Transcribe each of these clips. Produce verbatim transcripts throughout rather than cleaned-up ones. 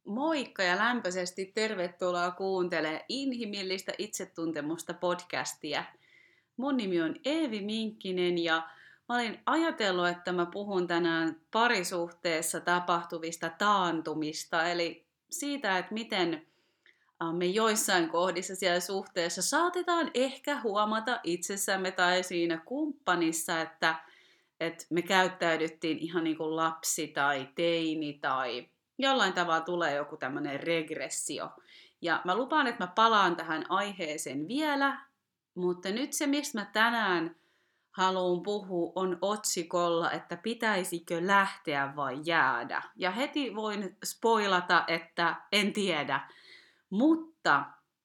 Moikka ja lämpöisesti tervetuloa kuuntelemaan Inhimillistä itsetuntemusta podcastia. Mun nimi on Eevi Minkkinen ja mä olin ajatellut, että mä puhun tänään parisuhteessa tapahtuvista taantumista, eli siitä, että miten me joissain kohdissa siellä suhteessa saatetaan ehkä huomata itsessämme tai siinä kumppanissa, että, että me käyttäydyttiin ihan niin kuin lapsi tai teini tai jollain tavalla tulee joku tämmöinen regressio. Ja mä lupaan, että mä palaan tähän aiheeseen vielä, mutta nyt se, mistä mä tänään haluan puhua, on otsikolla, että pitäisikö lähteä vai jäädä. Ja heti voin spoilata, että en tiedä. Mutta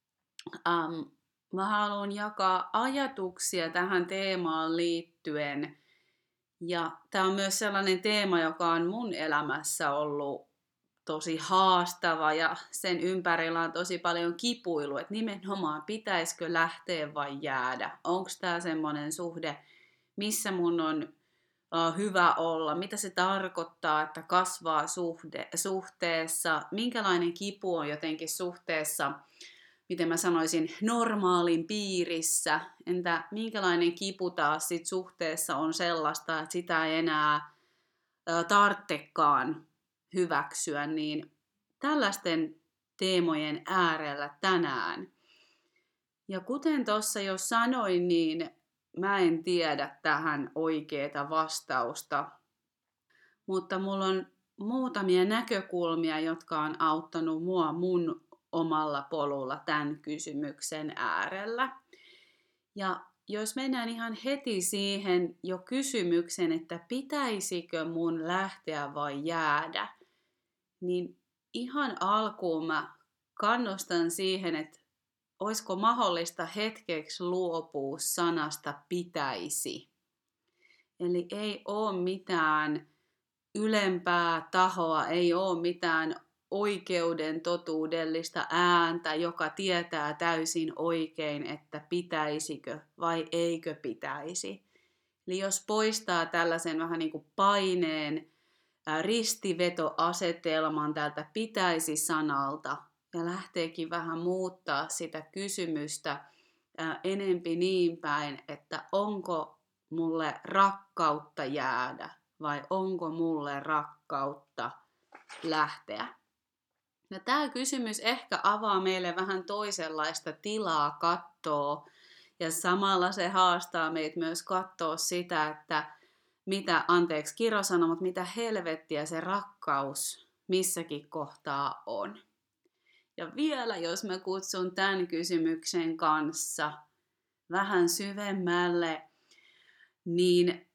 ähm, mä haluan jakaa ajatuksia tähän teemaan liittyen. Ja tämä on myös sellainen teema, joka on mun elämässä ollut tosi haastava ja sen ympärillä on tosi paljon kipuilu, että nimenomaan pitäisikö lähteä vai jäädä. Onko tämä semmoinen suhde, missä mun on uh, hyvä olla, mitä se tarkoittaa, että kasvaa suhde, suhteessa, minkälainen kipu on jotenkin suhteessa, miten mä sanoisin, normaalin piirissä, entä minkälainen kipu taas sit suhteessa on sellaista, että sitä ei enää uh, tarvitsekaan hyväksyä, niin tällaisten teemojen äärellä tänään. Ja kuten tuossa jo sanoin, niin mä en tiedä tähän oikeaa vastausta, mutta mulla on muutamia näkökulmia, jotka on auttanut mua mun omalla polulla tämän kysymyksen äärellä. Ja jos mennään ihan heti siihen jo kysymyksen, että pitäisikö mun lähteä vai jäädä, niin ihan alkuun mä kannustan siihen, että olisiko mahdollista hetkeksi luopua sanasta pitäisi. Eli ei ole mitään ylempää tahoa, ei ole mitään oikeuden totuudellista ääntä, joka tietää täysin oikein, että pitäisikö vai eikö pitäisi. Eli jos poistaa tällaisen vähän niin kuin paineen, ristivetoasetelman tältä pitäisi sanalta ja lähteekin vähän muuttaa sitä kysymystä enempi niin päin, että onko mulle rakkautta jäädä vai onko mulle rakkautta lähteä. Ja tämä kysymys ehkä avaa meille vähän toisenlaista tilaa katsoa ja samalla se haastaa meitä myös katsoa sitä, että mitä, anteeksi kirosana, mutta mitä helvettiä se rakkaus missäkin kohtaa on. Ja vielä jos mä kutsun tämän kysymyksen kanssa vähän syvemmälle, niin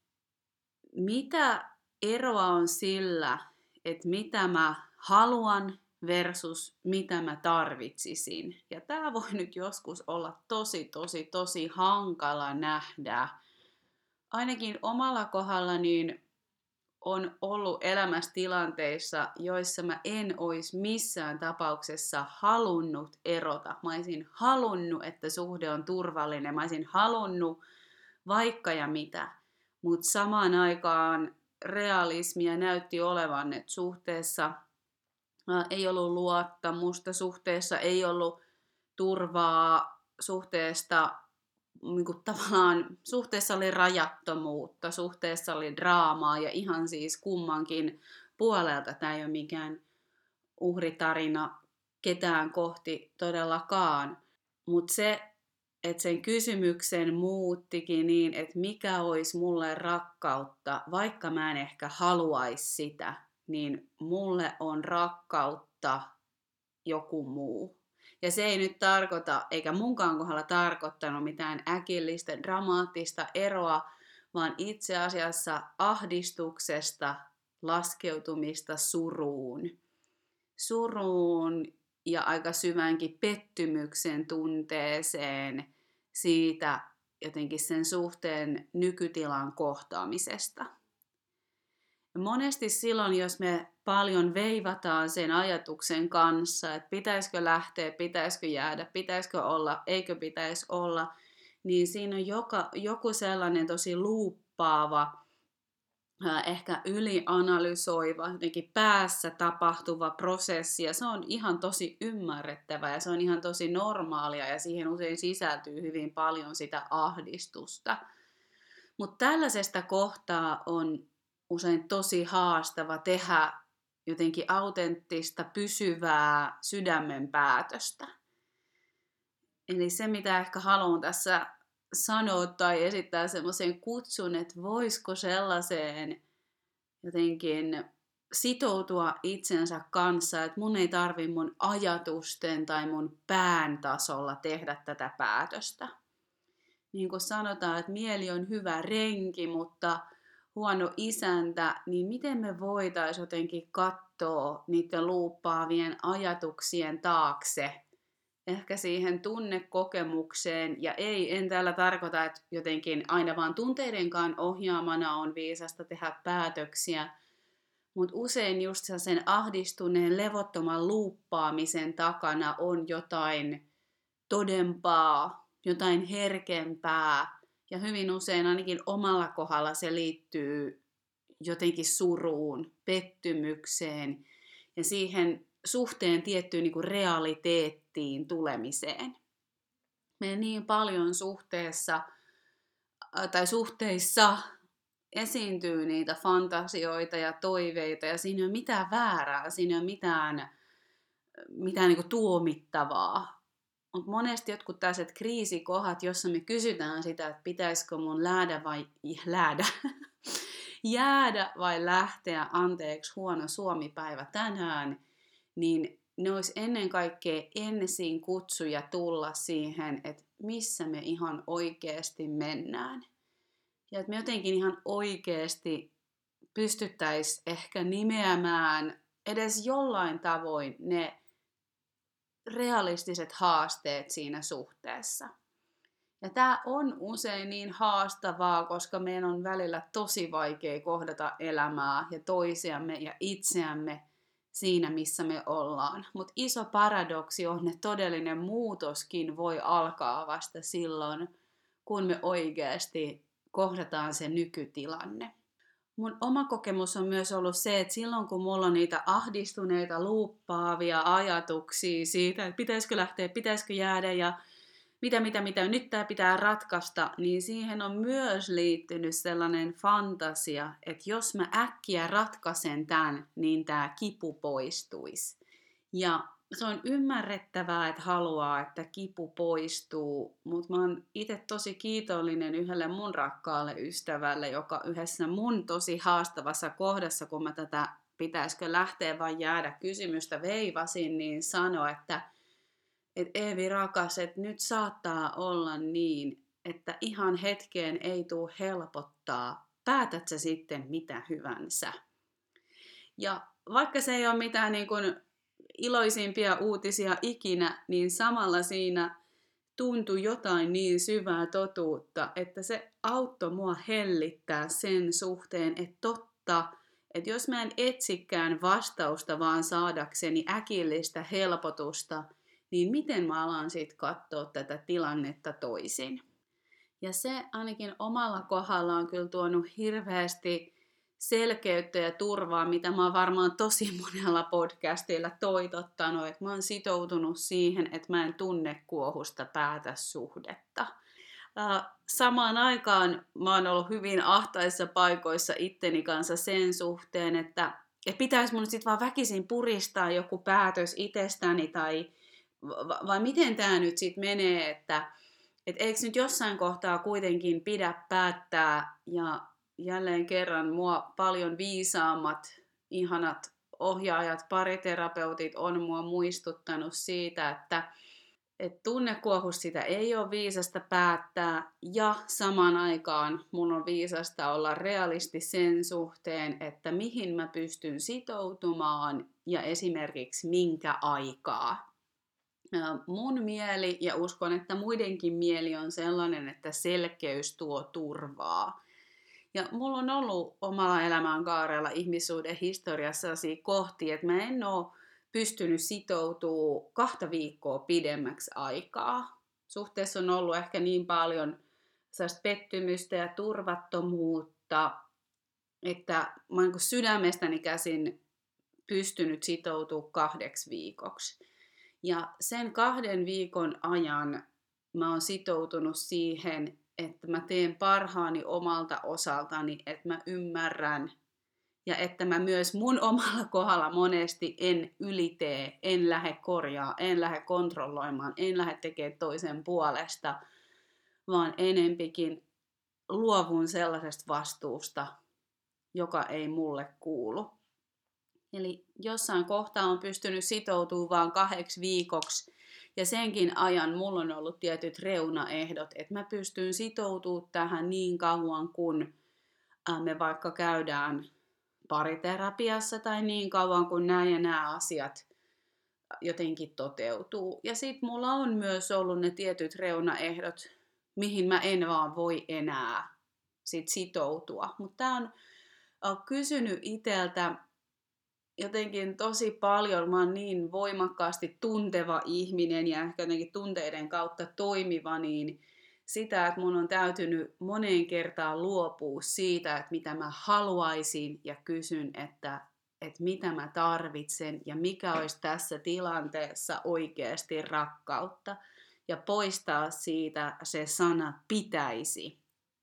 mitä eroa on sillä, että mitä mä haluan versus mitä mä tarvitsisin. Ja tää voi nyt joskus olla tosi, tosi, tosi hankala nähdä. Ainakin omalla kohdalla niin on ollut elämässä tilanteissa, joissa mä en olisi missään tapauksessa halunnut erota. Mä olisin halunnut, että suhde on turvallinen. Mä olisin halunnut vaikka ja mitä. Mutta samaan aikaan realismia näytti olevan, että suhteessa ei ollut luottamusta, suhteessa ei ollut turvaa, suhteesta niin kuin tavallaan suhteessa oli rajattomuutta, suhteessa oli draamaa ja ihan siis kummankin puolelta. Tämä ei ole mikään uhritarina ketään kohti todellakaan. Mutta se, että sen kysymyksen muuttikin niin, että mikä olisi mulle rakkautta, vaikka mä en ehkä haluaisi sitä, niin mulle on rakkautta joku muu. Ja se ei nyt tarkoita, eikä munkaan kohdalla tarkoittanut mitään äkillistä, dramaattista eroa, vaan itse asiassa ahdistuksesta laskeutumista suruun. Suruun ja aika syvänkin pettymyksen tunteeseen siitä jotenkin sen suhteen nykytilan kohtaamisesta. Monesti silloin, jos me paljon veivataan sen ajatuksen kanssa, että pitäisikö lähteä, pitäisikö jäädä, pitäisikö olla, eikö pitäisi olla, niin siinä on joka, joku sellainen tosi luuppaava ehkä ylianalysoiva, jotenkin päässä tapahtuva prosessi, ja se on ihan tosi ymmärrettävää, ja se on ihan tosi normaalia, ja siihen usein sisältyy hyvin paljon sitä ahdistusta. Mutta tällaisesta kohtaa on usein tosi haastava tehdä jotenkin autenttista, pysyvää sydämen päätöstä. Eli se, mitä ehkä haluan tässä sanoa tai esittää semmoisen kutsun, että voisiko sellaiseen jotenkin sitoutua itsensä kanssa, että mun ei tarvi mun ajatusten tai mun pään tasolla tehdä tätä päätöstä. Niin kuin sanotaan, että mieli on hyvä renki, mutta huono isäntä, niin miten me voitaisiin jotenkin katsoa niiden luuppaavien ajatuksien taakse, ehkä siihen tunnekokemukseen, ja ei, en täällä tarkoita, että jotenkin aina vaan tunteidenkaan ohjaamana on viisasta tehdä päätöksiä, mutta usein just sen ahdistuneen levottoman luuppaamisen takana on jotain todempaa, jotain herkempää, ja hyvin usein ainakin omalla kohdalla se liittyy jotenkin suruun, pettymykseen ja siihen suhteen tiettyyn niin kuin realiteettiin tulemiseen. Me niin paljon suhteessa tai suhteissa esiintyy niitä fantasioita ja toiveita, ja siinä ei ole mitään väärää, siinä ei ole mitään, mitään niin kuin tuomittavaa. Mutta monesti jotkut tällaiset kriisikohdat, jossa me kysytään sitä, että pitäisikö mun läädä vai läädä, jäädä vai lähteä, anteeksi huono suomipäivä tänään, niin ne olisi ennen kaikkea ensin kutsuja tulla siihen, että missä me ihan oikeasti mennään. Ja että me jotenkin ihan oikeasti pystyttäisiin ehkä nimeämään edes jollain tavoin ne realistiset haasteet siinä suhteessa. Ja tämä on usein niin haastavaa, koska meidän on välillä tosi vaikea kohdata elämää ja toisiamme ja itseämme siinä, missä me ollaan. Mutta iso paradoksi on, että todellinen muutoskin voi alkaa vasta silloin, kun me oikeasti kohdataan se nykytilanne. Mun oma kokemus on myös ollut se, että silloin kun mulla on niitä ahdistuneita, luuppaavia ajatuksia siitä, että pitäisikö lähteä, pitäisikö jäädä ja mitä, mitä, mitä, nyt tää pitää ratkaista, niin siihen on myös liittynyt sellainen fantasia, että jos mä äkkiä ratkaisen tämän, niin tää kipu poistuisi. Ja se on ymmärrettävää, että haluaa, että kipu poistuu, mutta mä oon itse tosi kiitollinen yhdelle mun rakkaalle ystävälle, joka yhdessä mun tosi haastavassa kohdassa, kun mä tätä pitäisikö lähteä vai jäädä kysymystä veivasin, niin sanoi, että et Eevi rakas, että nyt saattaa olla niin, että ihan hetkeen ei tule helpottaa. Päätät sä sitten mitä hyvänsä. Ja vaikka se ei ole mitään niin kuin iloisimpia uutisia ikinä, niin samalla siinä tuntui jotain niin syvää totuutta, että se auttoi mua hellittää sen suhteen, että totta, että jos mä en etsikään vastausta vaan saadakseni äkillistä helpotusta, niin miten mä alan sitten katsoa tätä tilannetta toisin. Ja se ainakin omalla kohdalla on kyllä tuonut hirveästi selkeyttä ja turvaa, mitä mä oon varmaan tosi monella podcastilla toitottanut, että mä oon sitoutunut siihen, että mä en tunnekuohusta päätä suhdetta. Samaan aikaan mä oon ollut hyvin ahtaissa paikoissa itteni kanssa sen suhteen, että, että pitäisi mun sitten vaan väkisin puristaa joku päätös itsestäni, tai vai miten tämä nyt sitten menee, että et eikö nyt jossain kohtaa kuitenkin pidä päättää, ja jälleen kerran mua paljon viisaammat, ihanat ohjaajat, pariterapeutit on mua muistuttanut siitä, että et tunnekuohus sitä ei ole viisasta päättää, ja samaan aikaan mun on viisasta olla realisti sen suhteen, että mihin mä pystyn sitoutumaan ja esimerkiksi minkä aikaa. Mun mieli, ja uskon, että muidenkin mieli on sellainen, että selkeys tuo turvaa. Ja mulla on ollut omalla elämänkaarella ihmissuuden historiassa sellaisia kohtia, että mä en ole pystynyt sitoutumaan kahta viikkoa pidemmäksi aikaa. Suhteessa on ollut ehkä niin paljon sellaista pettymystä ja turvattomuutta, että mä oon niin sydämestäni käsin pystynyt sitoutumaan kahdeksi viikoksi. Ja sen kahden viikon ajan mä oon sitoutunut siihen, että mä teen parhaani omalta osaltani, että mä ymmärrän ja että mä myös mun omalla kohdalla monesti en ylitee, en lähde korjaa, en lähde kontrolloimaan, en lähde tekemään toisen puolesta, vaan enempikin luovun sellaisesta vastuusta, joka ei mulle kuulu. Eli jossain kohtaa on pystynyt sitoutumaan vain kahdeksi viikoksi, ja senkin ajan mulla on ollut tietyt reunaehdot, että mä pystyn sitoutumaan tähän niin kauan, kun me vaikka käydään pariterapiassa tai niin kauan, kun nämä ja nämä asiat jotenkin toteutuu. Ja sitten mulla on myös ollut ne tietyt reunaehdot, mihin mä en vaan voi enää sit sitoutua. Mutta tää on äh, kysynyt iteltä jotenkin tosi paljon. Mä oon niin voimakkaasti tunteva ihminen ja ehkä jotenkin tunteiden kautta toimiva, niin sitä, että mun on täytynyt moneen kertaan luopua siitä, että mitä mä haluaisin ja kysyn, että, että mitä mä tarvitsen ja mikä olisi tässä tilanteessa oikeasti rakkautta. Ja poistaa siitä se sana pitäisi.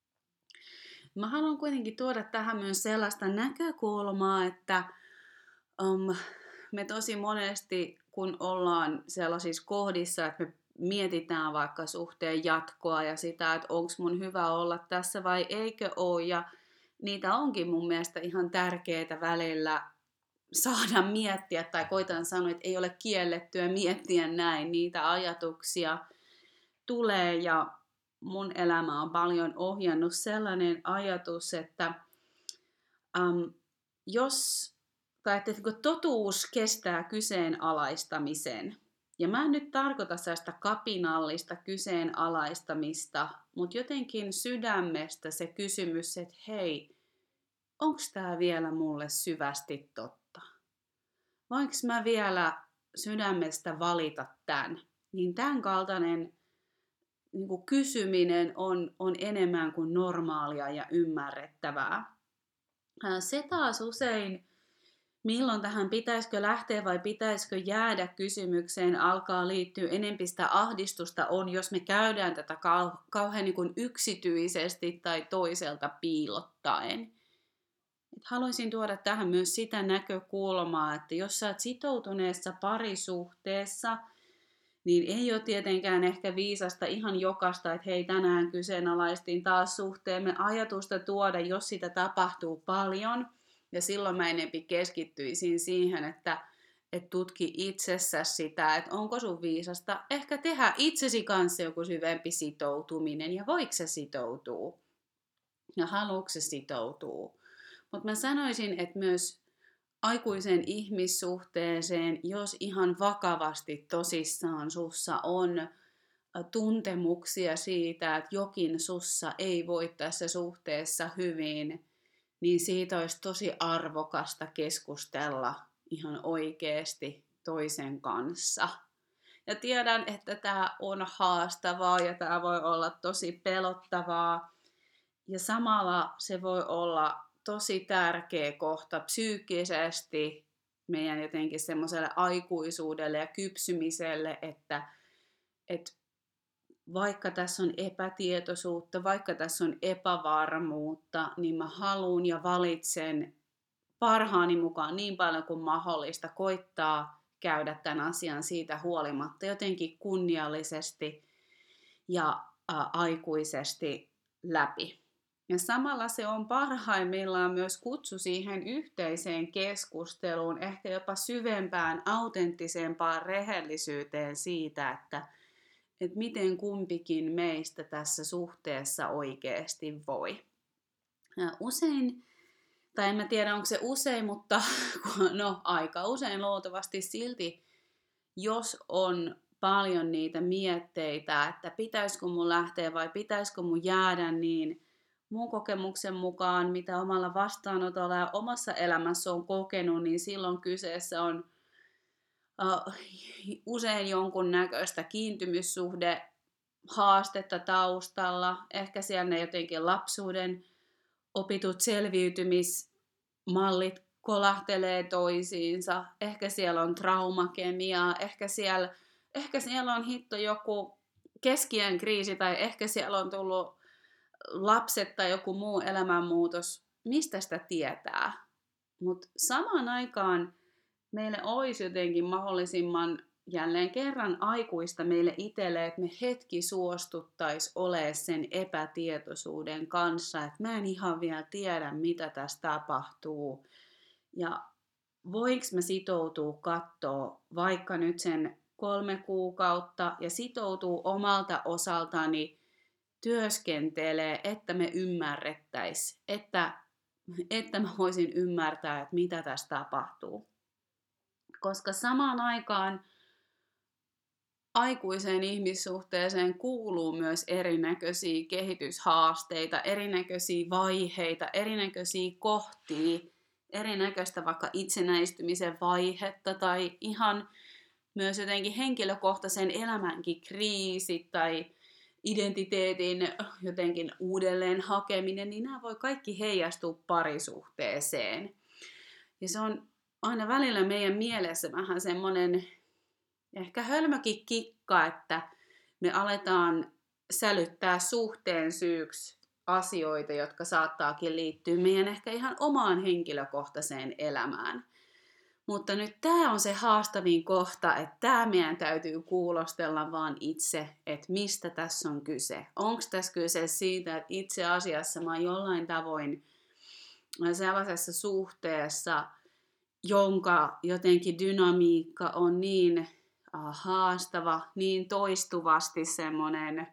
Mä haluan kuitenkin tuoda tähän myös sellaista näkökulmaa, että um, me tosi monesti, kun ollaan sellaisissa kohdissa, että me mietitään vaikka suhteen jatkoa ja sitä, että onko mun hyvä olla tässä vai eikö ole. Ja niitä onkin mun mielestä ihan tärkeää välillä saada miettiä, tai koitan sanoa, että ei ole kiellettyä miettiä näin. Niitä ajatuksia tulee ja mun elämä on paljon ohjannut sellainen ajatus, että um, jos, tai että totuus kestää kyseenalaistamisen. Ja mä en nyt tarkoita sellaista kapinallista kyseenalaistamista, mutta jotenkin sydämestä se kysymys, että hei, onko tämä vielä mulle syvästi totta? Voinko mä vielä sydämestä valita tämän? Niin tämän kaltainen niin kuin kysyminen on, on enemmän kuin normaalia ja ymmärrettävää. Se taas usein, milloin tähän pitäisikö lähteä vai pitäisikö jäädä kysymykseen, alkaa liittyä enempi sitä ahdistusta on, jos me käydään tätä kau- kauhean niin kuin yksityisesti tai toiselta piilottaen. Et haluaisin tuoda tähän myös sitä näkökulmaa, että jos sä oot sitoutuneessa parisuhteessa, niin ei ole tietenkään ehkä viisasta ihan jokasta, että hei, tänään kyseenalaistiin taas suhteemme ajatusta tuoda, jos sitä tapahtuu paljon. Ja silloin mä enempi keskittyisin siihen, että, että tutki itsessäsi sitä, että onko sun viisasta ehkä tehdä itsesi kanssa joku syvempi sitoutuminen ja voiko se sitoutuu ja haluatko se sitoutuu. Mutta mä sanoisin, että myös aikuisen ihmissuhteeseen, jos ihan vakavasti tosissaan sussa on tuntemuksia siitä, että jokin sussa ei voi tässä suhteessa hyvin, niin siitä olisi tosi arvokasta keskustella ihan oikeasti toisen kanssa. Ja tiedän, että tämä on haastavaa ja tämä voi olla tosi pelottavaa. Ja samalla se voi olla tosi tärkeä kohta psyykkisesti meidän jotenkin semmoiselle aikuisuudelle ja kypsymiselle, että, että vaikka tässä on epätietoisuutta, vaikka tässä on epävarmuutta, niin mä haluan ja valitsen parhaani mukaan niin paljon kuin mahdollista koittaa käydä tämän asian siitä huolimatta jotenkin kunniallisesti ja ä, aikuisesti läpi. Ja samalla se on parhaimmillaan myös kutsu siihen yhteiseen keskusteluun, ehkä jopa syvempään, autenttisempaan rehellisyyteen siitä, että, että miten kumpikin meistä tässä suhteessa oikeasti voi. Ja usein, tai en mä tiedä onko se usein, mutta no aika usein luultavasti silti, jos on paljon niitä mietteitä, että pitäisikö mun lähteä vai pitäisikö mun jäädä, niin mun kokemuksen mukaan, mitä omalla vastaanotolla ja omassa elämässä on kokenut, niin silloin kyseessä on uh, usein jonkun näköistä kiintymyssuhde haastetta taustalla. Ehkä siellä ne jotenkin lapsuuden opitut selviytymismallit kolahtelee toisiinsa. Ehkä siellä on traumakemiaa, ehkä siellä, ehkä siellä on hitto joku keskiään kriisi tai ehkä siellä on tullut lapset tai joku muu elämänmuutos. Mistä sitä tietää? Mutta samaan aikaan meille olisi jotenkin mahdollisimman jälleen kerran aikuista meille itselle, että me hetki suostuttaisiin olemaan sen epätietoisuuden kanssa, että mä en ihan vielä tiedä, mitä tässä tapahtuu. Ja voinko mä sitoutua katsoa vaikka nyt sen kolme kuukautta ja sitoutuu omalta osaltani työskentelee, että me ymmärrettäisiin, että, että mä voisin ymmärtää, että mitä tässä tapahtuu. Koska samaan aikaan aikuiseen ihmissuhteeseen kuuluu myös erinäköisiä kehityshaasteita, erinäköisiä vaiheita, erinäköisiä kohtia, erinäköistä vaikka itsenäistymisen vaihetta tai ihan myös jotenkin henkilökohtaisen elämänkin kriisi tai identiteetin jotenkin uudelleen hakeminen, niin nämä voi kaikki heijastua parisuhteeseen. Ja se on aina välillä meidän mielessä vähän semmoinen ehkä hölmökin kikka, että me aletaan sälyttää suhteen syyksi asioita, jotka saattaakin liittyä meidän ehkä ihan omaan henkilökohtaiseen elämään. Mutta nyt tämä on se haastavin kohta, että tämä meidän täytyy kuulostella vaan itse, että mistä tässä on kyse. Onko tässä kyse siitä, että itse asiassa mä oon jollain tavoin sellaisessa suhteessa, jonka jotenkin dynamiikka on niin haastava, niin toistuvasti semmoinen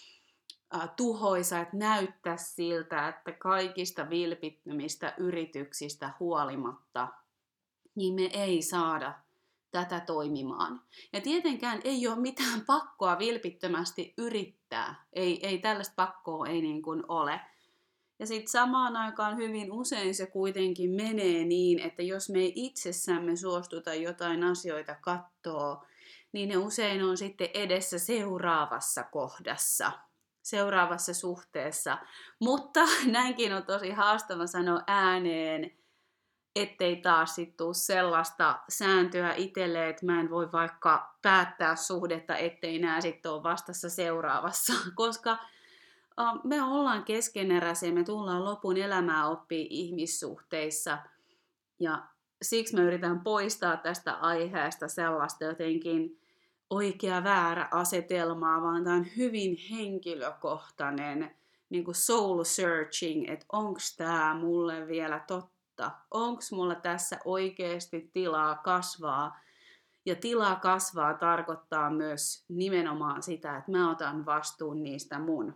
tuhoisa, että näyttää siltä, että kaikista vilpittömistä yrityksistä huolimatta niin me ei saada tätä toimimaan. Ja tietenkään ei ole mitään pakkoa vilpittömästi yrittää. Ei, ei tällaista pakkoa ei niin kuin ole. Ja sitten samaan aikaan hyvin usein se kuitenkin menee niin, että jos me ei itsessämme suostuta jotain asioita kattoo, niin ne usein on sitten edessä seuraavassa kohdassa, seuraavassa suhteessa. Mutta näinkin on tosi haastava sanoa ääneen, ettei taas sit tuu sellaista sääntöä itselleen, että mä en voi vaikka päättää suhdetta, ettei nää sitten ole vastassa seuraavassa, koska uh, me ollaan keskeneräisiä, me tullaan lopun elämää oppia ihmissuhteissa, ja siksi mä yritän poistaa tästä aiheesta sellaista jotenkin oikea väärä asetelmaa, vaan tämä on hyvin henkilökohtainen niin kuin soul searching, että onko tämä mulle vielä totta. Onko mulla tässä oikeasti tilaa kasvaa? Ja tilaa kasvaa tarkoittaa myös nimenomaan sitä, että mä otan vastuun niistä mun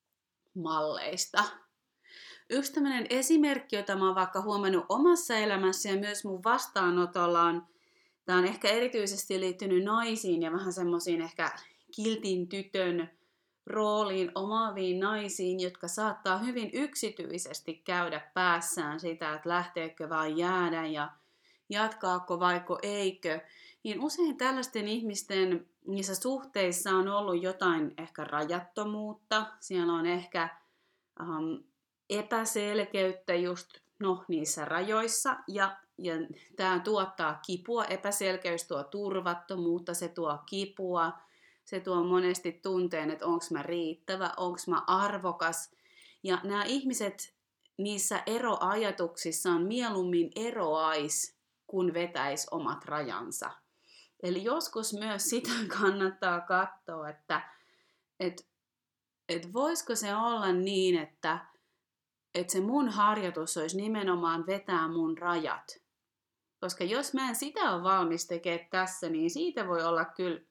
malleista. Yksi tämmöinen esimerkki, jota mä oon vaikka huomannut omassa elämässä ja myös mun vastaanotolla on, tää on ehkä erityisesti liittynyt naisiin ja vähän semmoisiin ehkä kiltin tytön rooliin omaaviin naisiin, jotka saattaa hyvin yksityisesti käydä päässään sitä, että lähteekö vaan jäädä ja jatkaako vaiko eikö, niin usein tällaisten ihmisten niissä suhteissa on ollut jotain ehkä rajattomuutta, siellä on ehkä um, epäselkeyttä just no, niissä rajoissa ja, ja tämä tuottaa kipua, epäselkeys tuo turvattomuutta, se tuo kipua. Se tuo monesti tunteen, että onko mä riittävä, onko mä arvokas. Ja nämä ihmiset niissä eroajatuksissaan mieluummin eroais, kun vetäis omat rajansa. Eli joskus myös sitä kannattaa katsoa, että et, et voisiko se olla niin, että et se mun harjoitus olisi nimenomaan vetää mun rajat. Koska jos mä en sitä ole valmis tekemään tässä, niin siitä voi olla kyllä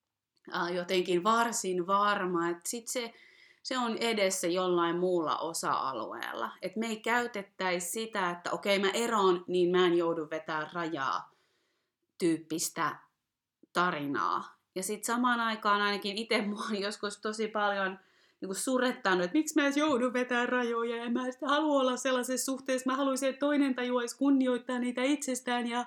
jotenkin varsin varma, että sit se, se on edessä jollain muulla osa-alueella. Että me ei käytettäisi sitä, että okei mä eroon, niin mä en joudu vetämään rajaa tyyppistä tarinaa. Ja sitten samaan aikaan ainakin itse mua on joskus tosi paljon niin kuin surettanut, että miksi mä edes joudun vetämään rajoja ja mä en halua olla sellaisessa suhteessa, mä haluaisin, että toinen tajuaisi kunnioittaa niitä itsestään ja,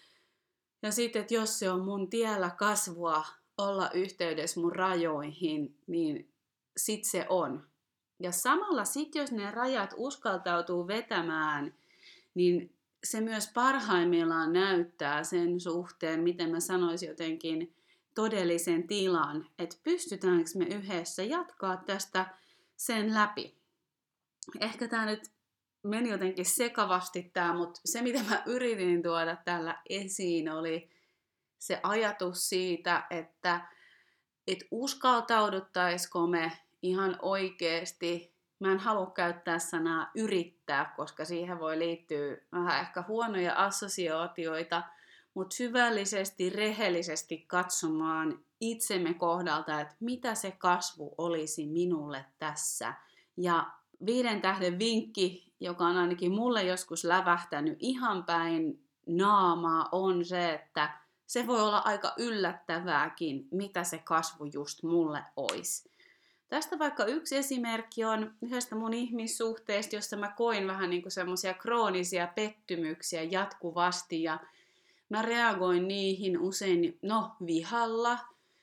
ja sitten, että jos se on mun tiellä kasvua, olla yhteydessä mun rajoihin, niin sit se on. Ja samalla sit, jos ne rajat uskaltautuu vetämään, niin se myös parhaimmillaan näyttää sen suhteen, miten mä sanoisin jotenkin todellisen tilan, että pystytäänkö me yhdessä jatkaa tästä sen läpi. Ehkä tämä nyt meni jotenkin sekavasti tämä, mutta se mitä mä yritin tuoda tällä esiin oli se ajatus siitä, että et uskaltauduttaisiko me ihan oikeasti, mä en halua käyttää sanaa yrittää, koska siihen voi liittyä vähän ehkä huonoja assosiaatioita, mutta syvällisesti, rehellisesti katsomaan itsemme kohdalta, että mitä se kasvu olisi minulle tässä. Ja viiden tähden vinkki, joka on ainakin mulle joskus lävähtänyt ihan päin naamaa, on se, että se voi olla aika yllättävääkin, mitä se kasvu just mulle olisi. Tästä vaikka yksi esimerkki on yhdestä mun ihmissuhteesta, jossa mä koin vähän niin kuin semmoisia kroonisia pettymyksiä jatkuvasti ja mä reagoin niihin usein no vihalla,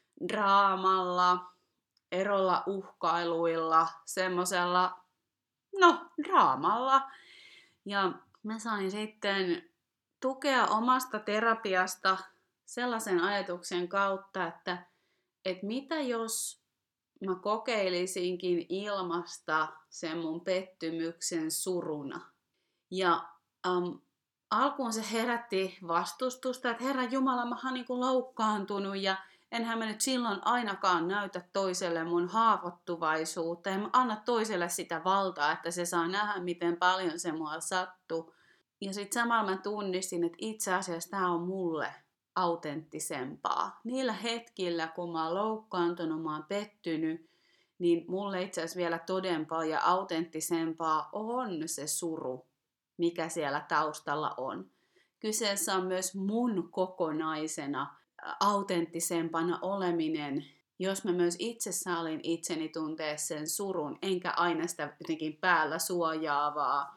draamalla, erolla uhkailuilla, semmosella no draamalla. Ja mä sain sitten tukea omasta terapiasta sellaisen ajatuksen kautta, että, että mitä jos mä kokeilisinkin ilmasta sen mun pettymyksen suruna. Ja um, alkuun se herätti vastustusta, että Herran Jumala, mä oon niin kuin loukkaantunut ja enhän mä nyt silloin ainakaan näytä toiselle mun haavoittuvaisuutta. En mä anna toiselle sitä valtaa, että se saa nähdä, miten paljon se mua sattuu. Ja sitten samalla mä tunnistin, että itse asiassa tää on mulle autenttisempaa. Niillä hetkillä, kun mä oon loukkaantunut, mä oon pettynyt, niin mulle itse asiassa vielä todempaa ja autenttisempaa on se suru, mikä siellä taustalla on. Kyseessä on myös mun kokonaisena autenttisempana oleminen, jos mä myös itse sallin itseni tuntea sen surun, enkä aina sitä jotenkin päällä suojaavaa,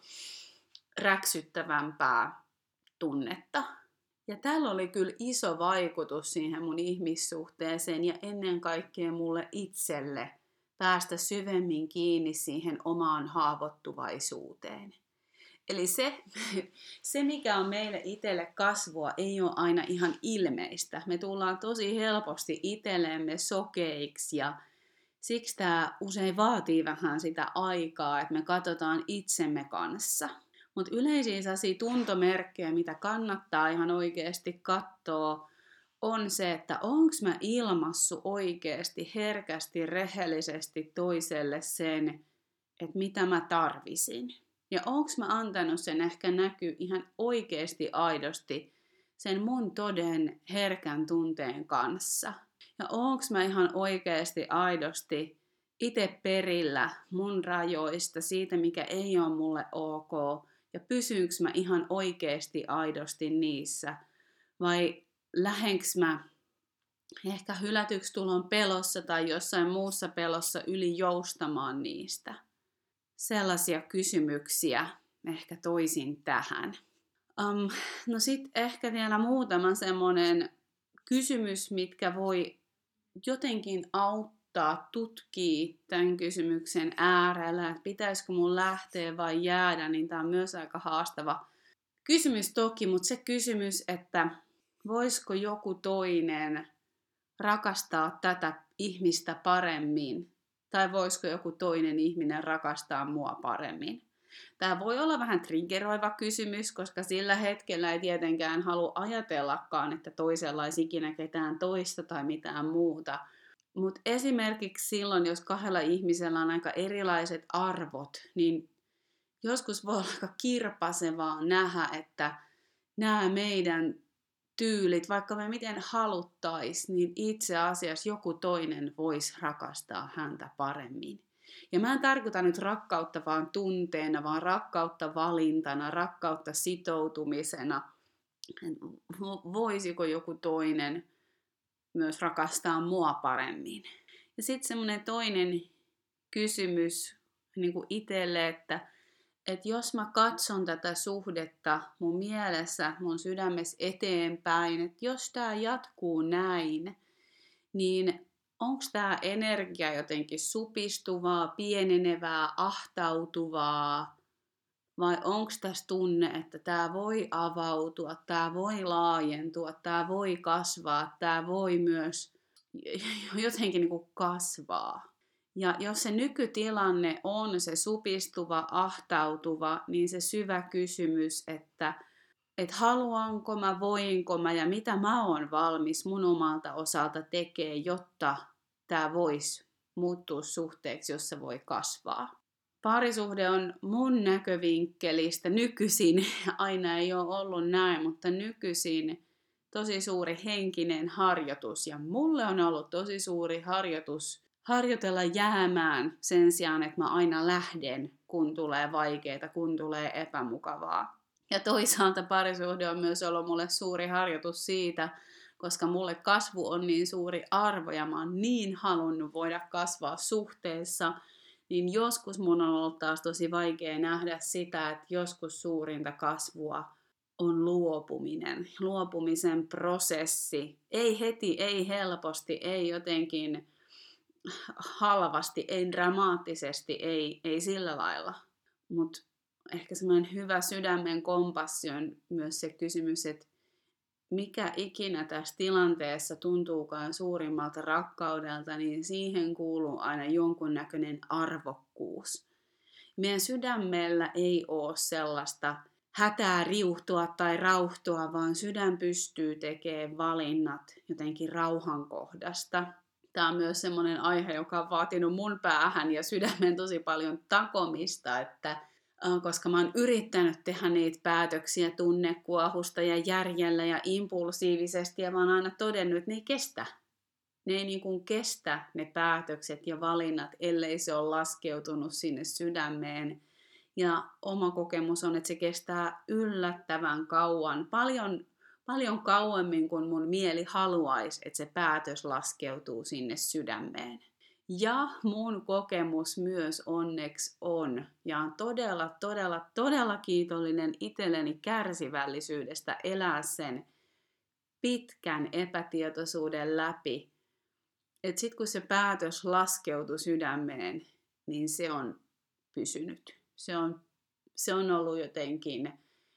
räksyttävämpää tunnetta. Ja tällä oli kyllä iso vaikutus siihen mun ihmissuhteeseen ja ennen kaikkea mulle itselle päästä syvemmin kiinni siihen omaan haavoittuvaisuuteen. Eli se, se, mikä on meille itselle kasvua, ei ole aina ihan ilmeistä. Me tullaan tosi helposti itsellemme sokeiksi ja siksi tämä usein vaatii vähän sitä aikaa, että me katsotaan itsemme kanssa. Mutta yleisiä sellaisia tuntomerkkejä, mitä kannattaa ihan oikeasti katsoa, on se, että onko mä ilmassut oikeasti, herkästi, rehellisesti toiselle sen, että mitä mä tarvisin. Ja onko mä antanut sen ehkä näkyä ihan oikeasti aidosti sen mun toden herkän tunteen kanssa. Ja onko mä ihan oikeasti aidosti itse perillä mun rajoista, siitä mikä ei ole mulle ok. Ja pysyykö mä ihan oikeasti aidosti niissä? Vai lähenkö mä ehkä hylätyksi tulon pelossa tai jossain muussa pelossa yli joustamaan niistä? Sellaisia kysymyksiä ehkä toisin tähän. Um, no sit ehkä vielä muutama semmonen kysymys, mitkä voi jotenkin auttaa tutkia tämän kysymyksen äärellä, että pitäisikö mun lähteä vai jäädä, niin tää on myös aika haastava kysymys toki, mutta se kysymys, että voisiko joku toinen rakastaa tätä ihmistä paremmin, tai voisiko joku toinen ihminen rakastaa mua paremmin. Tämä voi olla vähän triggeroiva kysymys, koska sillä hetkellä ei tietenkään halua ajatellakaan, että toisella olisi ikinä ketään toista tai mitään muuta. Mutta esimerkiksi silloin, jos kahdella ihmisellä on aika erilaiset arvot, niin joskus voi olla aika kirpasevaa nähdä, että nämä meidän tyylit, vaikka me miten haluttaisiin, niin itse asiassa joku toinen voisi rakastaa häntä paremmin. Ja mä en tarkoita nyt rakkautta vaan tunteena, vaan rakkautta valintana, rakkautta sitoutumisena. Voisiko joku toinen myös rakastaa mua paremmin? Ja sitten semmoinen toinen kysymys niin kuin itselle, että, että jos mä katson tätä suhdetta mun mielessä, mun sydämessä eteenpäin, että jos tää jatkuu näin, niin onko tämä energia jotenkin supistuvaa, pienenevää, ahtautuvaa, vai onko tässä tunne, että tämä voi avautua, tämä voi laajentua, tämä voi kasvaa, tämä voi myös jotenkin niin kuin kasvaa. Ja jos se nykytilanne on se supistuva, ahtautuva, niin se syvä kysymys, että että haluanko mä, voinko mä ja mitä mä oon valmis mun omalta osalta tekee, jotta tämä voisi muuttua suhteeksi, jossa voi kasvaa. Parisuhde on mun näkövinkkelistä nykyisin, aina ei ole ollut näin, mutta nykyisin tosi suuri henkinen harjoitus. Ja mulle on ollut tosi suuri harjoitus harjoitella jäämään sen sijaan, että mä aina lähden, kun tulee vaikeaa, kun tulee epämukavaa. Ja toisaalta parisuhde on myös ollut mulle suuri harjoitus siitä, koska mulle kasvu on niin suuri arvo ja mä oon niin halunnut voida kasvaa suhteessa, niin joskus mun on ollut taas tosi vaikea nähdä sitä, että joskus suurinta kasvua on luopuminen. Luopumisen prosessi. Ei heti, ei helposti, ei jotenkin halvasti, ei dramaattisesti, ei, ei sillä lailla. Mutta ehkä semmoinen hyvä sydämen kompassi on myös se kysymys, että mikä ikinä tässä tilanteessa tuntuukaan suurimmalta rakkaudelta, niin siihen kuuluu aina jonkunnäköinen arvokkuus. Meidän sydämellä ei ole sellaista hätää riuhtua tai rauhtua, vaan sydän pystyy tekemään valinnat jotenkin rauhan kohdasta. Tämä on myös semmoinen aihe, joka on vaatinut mun päähän ja sydämen tosi paljon takomista, että koska mä oon yrittänyt tehdä niitä päätöksiä tunnekuohusta ja järjellä ja impulsiivisesti, ja mä oon aina todennut, että ne ei kestä. Ne ei niin kuin kestä ne päätökset ja valinnat, ellei se ole laskeutunut sinne sydämeen. Ja oma kokemus on, että se kestää yllättävän kauan, paljon, paljon kauemmin kuin mun mieli haluaisi, että se päätös laskeutuu sinne sydämeen. Ja mun kokemus myös onneksi on, ja on todella, todella, todella kiitollinen itselleni kärsivällisyydestä elää sen pitkän epätietoisuuden läpi. Että sit kun se päätös laskeutui sydämeen, niin se on pysynyt. Se on, se on ollut jotenkin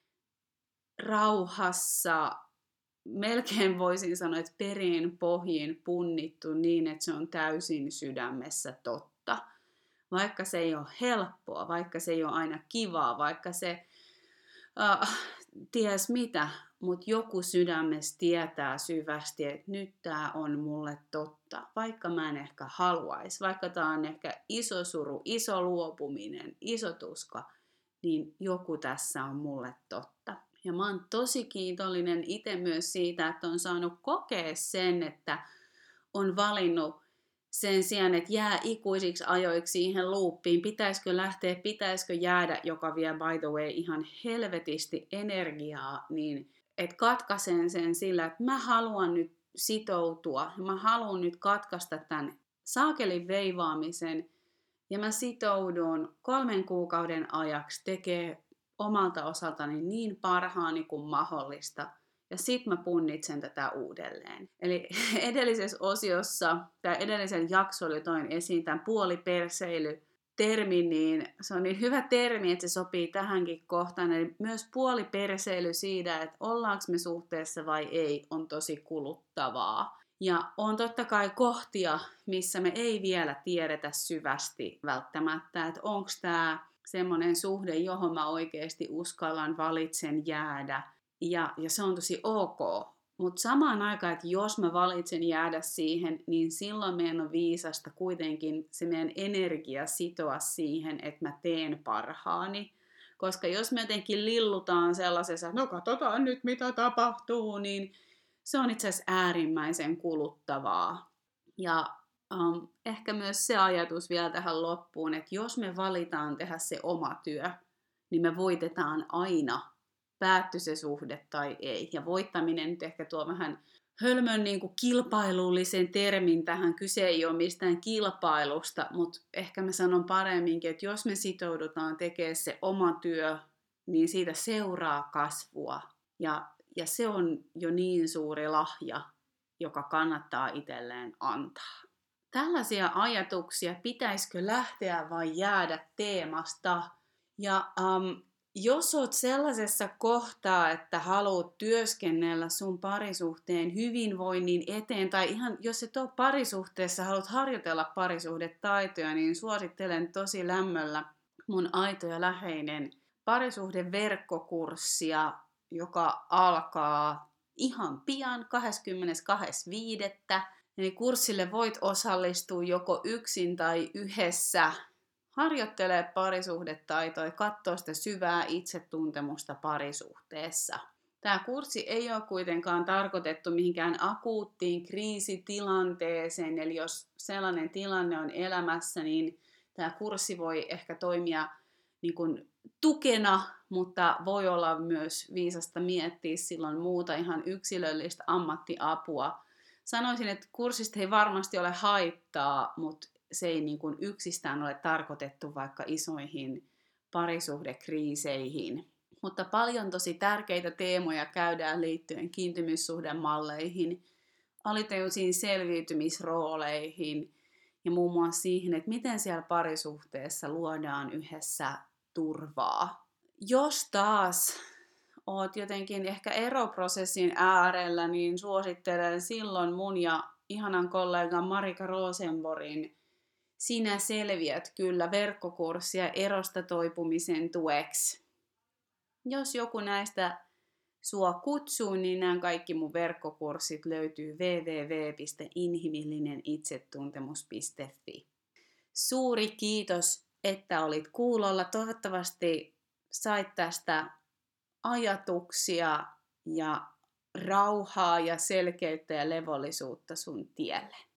rauhassa. Melkein voisin sanoa, että perin pohjin punnittu niin, että se on täysin sydämessä totta. Vaikka se ei ole helppoa, vaikka se ei ole aina kivaa, vaikka se äh, ties mitä, mutta joku sydämessä tietää syvästi, että nyt tämä on mulle totta. Vaikka mä en ehkä haluaisi, vaikka tämä on ehkä iso suru, iso luopuminen, iso tuska, niin joku tässä on mulle totta. Ja mä oon tosi kiitollinen itse myös siitä, että on saanut kokea sen, että on valinnut sen sijaan, että jää ikuisiksi ajoiksi siihen luuppiin. Pitäisikö lähteä, pitäisikö jäädä, joka vie by the way ihan helvetisti energiaa, niin että katkaisen sen sillä, että mä haluan nyt sitoutua, mä haluan nyt katkaista tämän saakelin veivaamisen ja mä sitoudun kolmen kuukauden ajaksi tekemään omalta osaltani niin parhaani kuin mahdollista. Ja sit mä punnitsen tätä uudelleen. Eli edellisessä osiossa, tai edellisen jaksolla toin esiin tämän puoliperseily-termin, niin se on niin hyvä termi, että se sopii tähänkin kohtaan. Eli myös puoliperseily siitä, että ollaanko me suhteessa vai ei, on tosi kuluttavaa. Ja on totta kai kohtia, missä me ei vielä tiedetä syvästi välttämättä, että onko tämä semmoinen suhde, johon mä oikeasti uskallan, valitsen jäädä. Ja, ja se on tosi ok. Mutta samaan aikaan, että jos mä valitsen jäädä siihen, niin silloin meidän on viisasta kuitenkin se meidän energia sitoa siihen, että mä teen parhaani. Koska jos me jotenkin lillutaan sellaisessa, että no katsotaan nyt mitä tapahtuu, niin se on itse asiassa äärimmäisen kuluttavaa. Ja Um, ehkä myös se ajatus vielä tähän loppuun, että jos me valitaan tehdä se oma työ, niin me voitetaan aina, päätty se suhde tai ei. Ja voittaminen nyt ehkä tuo vähän hölmön niin kuin kilpailullisen termin tähän. Kyse ei ole mistään kilpailusta, mutta ehkä mä sanon paremminkin, että jos me sitoudutaan tekemään se oma työ, niin siitä seuraa kasvua. Ja, ja se on jo niin suuri lahja, joka kannattaa itselleen antaa. tällaisia ajatuksia, pitäisikö lähteä vai jäädä teemasta. Ja um, jos oot sellaisessa kohtaa, että haluat työskennellä sun parisuhteen hyvinvoinnin eteen, tai ihan jos et ole parisuhteessa, haluat harjoitella parisuhdetaitoja, niin suosittelen tosi lämmöllä mun aito ja läheinen parisuhdeverkkokurssia, joka alkaa ihan pian kahdeskymmenestoinen viidettä Eli kurssille voit osallistua joko yksin tai yhdessä, harjoittelee parisuhdetaitoja, katsoa sitä syvää itsetuntemusta parisuhteessa. Tämä kurssi ei ole kuitenkaan tarkoitettu mihinkään akuuttiin kriisitilanteeseen, eli jos sellainen tilanne on elämässä, niin tämä kurssi voi ehkä toimia niin kuin tukena, mutta voi olla myös viisasta miettiä silloin muuta ihan yksilöllistä ammattiapua. Sanoisin, että kurssista ei varmasti ole haittaa, mutta se ei niin kuin yksistään ole tarkoitettu vaikka isoihin parisuhdekriiseihin. Mutta paljon tosi tärkeitä teemoja käydään liittyen kiintymyssuhdemalleihin, alitajuisiin selviytymisrooleihin ja muun muassa siihen, että miten siellä parisuhteessa luodaan yhdessä turvaa. Jos taas oot jotenkin ehkä eroprosessin äärellä, niin suosittelen silloin mun ja ihanan kollegan Marika Rosenborgin Sinä selviät kyllä verkkokurssia erosta toipumisen tueksi. Jos joku näistä sua kutsuu, niin nämä kaikki mun verkkokurssit löytyy double-u double-u double-u piste inhimillinen itsetuntemus piste fi. Suuri kiitos, että olit kuulolla. Toivottavasti sait tästä ajatuksia ja rauhaa ja selkeyttä ja levollisuutta sun tielle.